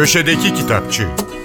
Köşedeki Kitapçı.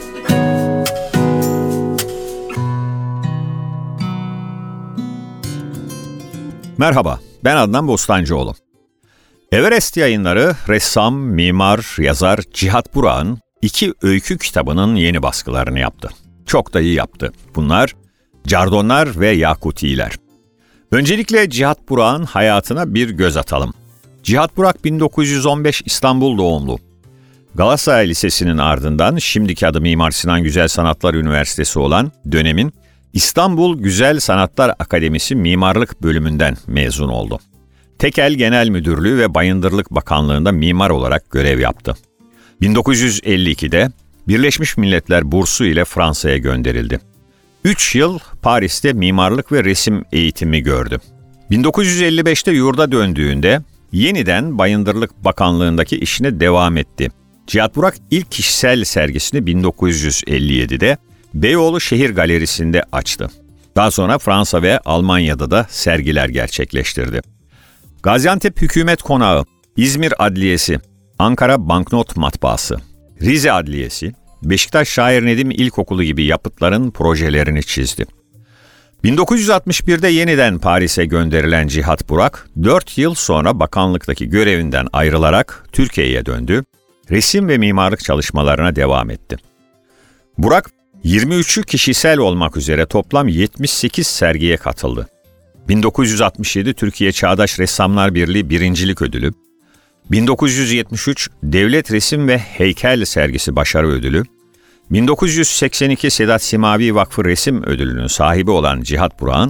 Merhaba, ben Adnan Bostancıoğlu. Everest Yayınları ressam, mimar, yazar Cihat Burak'ın 2 öykü kitabının yeni baskılarını yaptı. Çok da iyi yaptı. Bunlar Cardonlar ve Yakutiler. Öncelikle Cihat Burak'ın hayatına bir göz atalım. Cihat Burak 1915 İstanbul doğumlu. Galatasaray Lisesi'nin ardından şimdiki adı Mimar Sinan Güzel Sanatlar Üniversitesi olan dönemin İstanbul Güzel Sanatlar Akademisi Mimarlık bölümünden mezun oldu. Tekel Genel Müdürlüğü ve Bayındırlık Bakanlığı'nda mimar olarak görev yaptı. 1952'de Birleşmiş Milletler bursu ile Fransa'ya gönderildi. 3 yıl Paris'te mimarlık ve resim eğitimi gördü. 1955'te yurda döndüğünde yeniden Bayındırlık Bakanlığı'ndaki işine devam etti. Cihat Burak ilk kişisel sergisini 1957'de Beyoğlu Şehir Galerisi'nde açtı. Daha sonra Fransa ve Almanya'da da sergiler gerçekleştirdi. Gaziantep Hükümet Konağı, İzmir Adliyesi, Ankara Banknot Matbaası, Rize Adliyesi, Beşiktaş Şair Nedim İlkokulu gibi yapıtların projelerini çizdi. 1961'de yeniden Paris'e gönderilen Cihat Burak, 4 yıl sonra bakanlıktaki görevinden ayrılarak Türkiye'ye döndü, resim ve mimarlık çalışmalarına devam etti. Burak, 23'ü kişisel olmak üzere toplam 78 sergiye katıldı. 1967 Türkiye Çağdaş Ressamlar Birliği birincilik ödülü, 1973 Devlet Resim ve Heykel Sergisi Başarı Ödülü, 1982 Sedat Simavi Vakfı Resim Ödülü'nün sahibi olan Cihat Burak'ın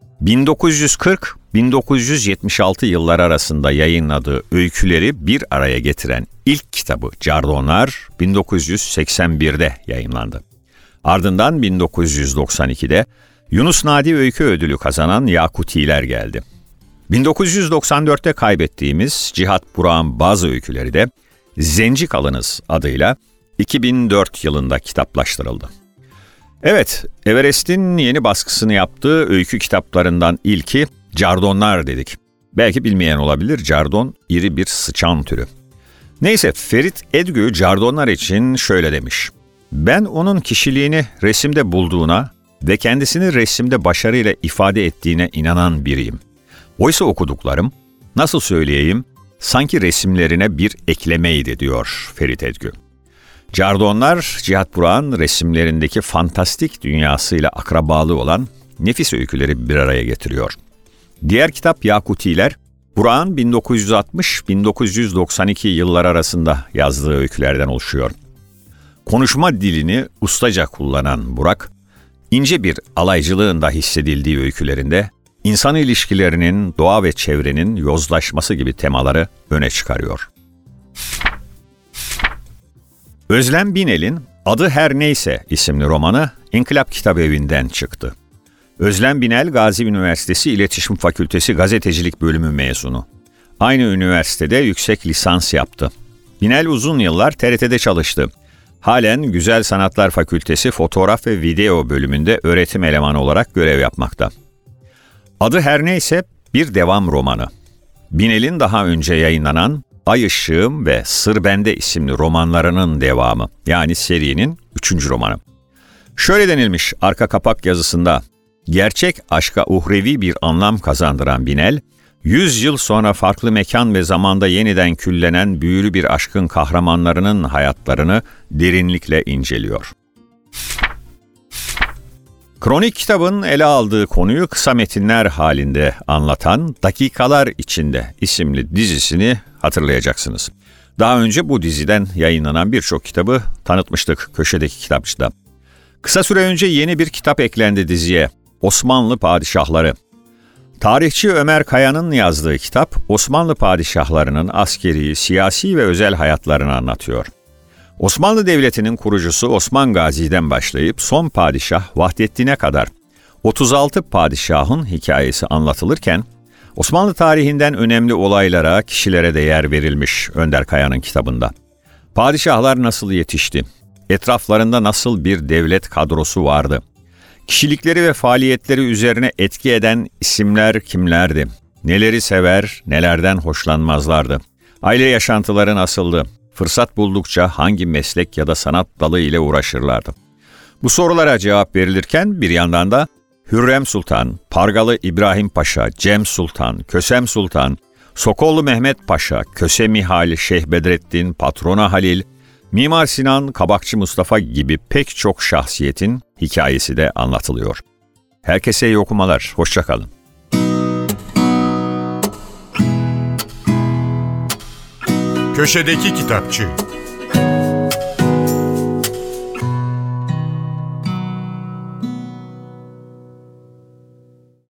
1940-1976 yıllar arasında yayınladığı öyküleri bir araya getiren ilk kitabı Cardonlar 1981'de yayınlandı. Ardından 1992'de Yunus Nadi Öykü Ödülü kazanan Yakutiler geldi. 1994'te kaybettiğimiz Cihat Burak'ın bazı öyküleri de Zenci Kalınız adıyla 2004 yılında kitaplaştırıldı. Evet, Everest'in yeni baskısını yaptığı öykü kitaplarından ilki Cardonlar dedik. Belki bilmeyen olabilir, Cardon iri bir sıçan türü. Neyse, Ferit Edgü Cardonlar için şöyle demiş. Ben onun kişiliğini resimde bulduğuna ve kendisini resimde başarıyla ifade ettiğine inanan biriyim. Oysa okuduklarım, nasıl söyleyeyim, sanki resimlerine bir eklemeydi diyor Ferit Edgü. Cardonlar, Cihat Burak'ın resimlerindeki fantastik dünyasıyla akrabalığı olan nefis öyküleri bir araya getiriyor. Diğer kitap Yakutiler, Burak'ın 1960-1992 yıllar arasında yazdığı öykülerden oluşuyor. Konuşma dilini ustaca kullanan Burak, ince bir alaycılığın da hissedildiği öykülerinde insan ilişkilerinin, doğa ve çevrenin yozlaşması gibi temaları öne çıkarıyor. Özlem Binel'in Adı Her Neyse isimli romanı İnkılap Kitabevi'nden çıktı. Özlem Binel, Gazi Üniversitesi İletişim Fakültesi Gazetecilik Bölümü mezunu. Aynı üniversitede yüksek lisans yaptı. Binel uzun yıllar TRT'de çalıştı. Halen Güzel Sanatlar Fakültesi Fotoğraf ve Video bölümünde öğretim elemanı olarak görev yapmakta. Adı Her Neyse bir devam romanı. Binel'in daha önce yayınlanan Ay Işığım ve Sır Bende isimli romanlarının devamı, yani serinin 3. romanı. Şöyle denilmiş arka kapak yazısında, gerçek aşka uhrevi bir anlam kazandıran Binel, 100 yıl sonra farklı mekan ve zamanda yeniden küllenen büyülü bir aşkın kahramanlarının hayatlarını derinlikle inceliyor. Kronik kitabın ele aldığı konuyu kısa metinler halinde anlatan Dakikalar İçinde isimli dizisini hatırlayacaksınız. Daha önce bu diziden yayınlanan birçok kitabı tanıtmıştık Köşedeki Kitapçı'da. Kısa süre önce yeni bir kitap eklendi diziye, Osmanlı Padişahları. Tarihçi Ömer Kaya'nın yazdığı kitap, Osmanlı padişahlarının askeri, siyasi ve özel hayatlarını anlatıyor. Osmanlı Devleti'nin kurucusu Osman Gazi'den başlayıp son padişah Vahdettin'e kadar 36 padişahın hikayesi anlatılırken, Osmanlı tarihinden önemli olaylara, kişilere de yer verilmiş Önder Kaya'nın kitabında. Padişahlar nasıl yetişti? Etraflarında nasıl bir devlet kadrosu vardı? Kişilikleri ve faaliyetleri üzerine etki eden isimler kimlerdi? Neleri sever, nelerden hoşlanmazlardı? Aile yaşantıları nasıldı? fırsat buldukça hangi meslek ya da sanat dalı ile uğraşırlardı? Bu sorulara cevap verilirken bir yandan da Hürrem Sultan, Pargalı İbrahim Paşa, Cem Sultan, Kösem Sultan, Sokollu Mehmet Paşa, Köse Mihal, Şeyh Bedrettin, Patrona Halil, Mimar Sinan, Kabakçı Mustafa gibi pek çok şahsiyetin hikayesi de anlatılıyor. Herkese iyi okumalar, hoşça kalın. Köşedeki Kitapçı.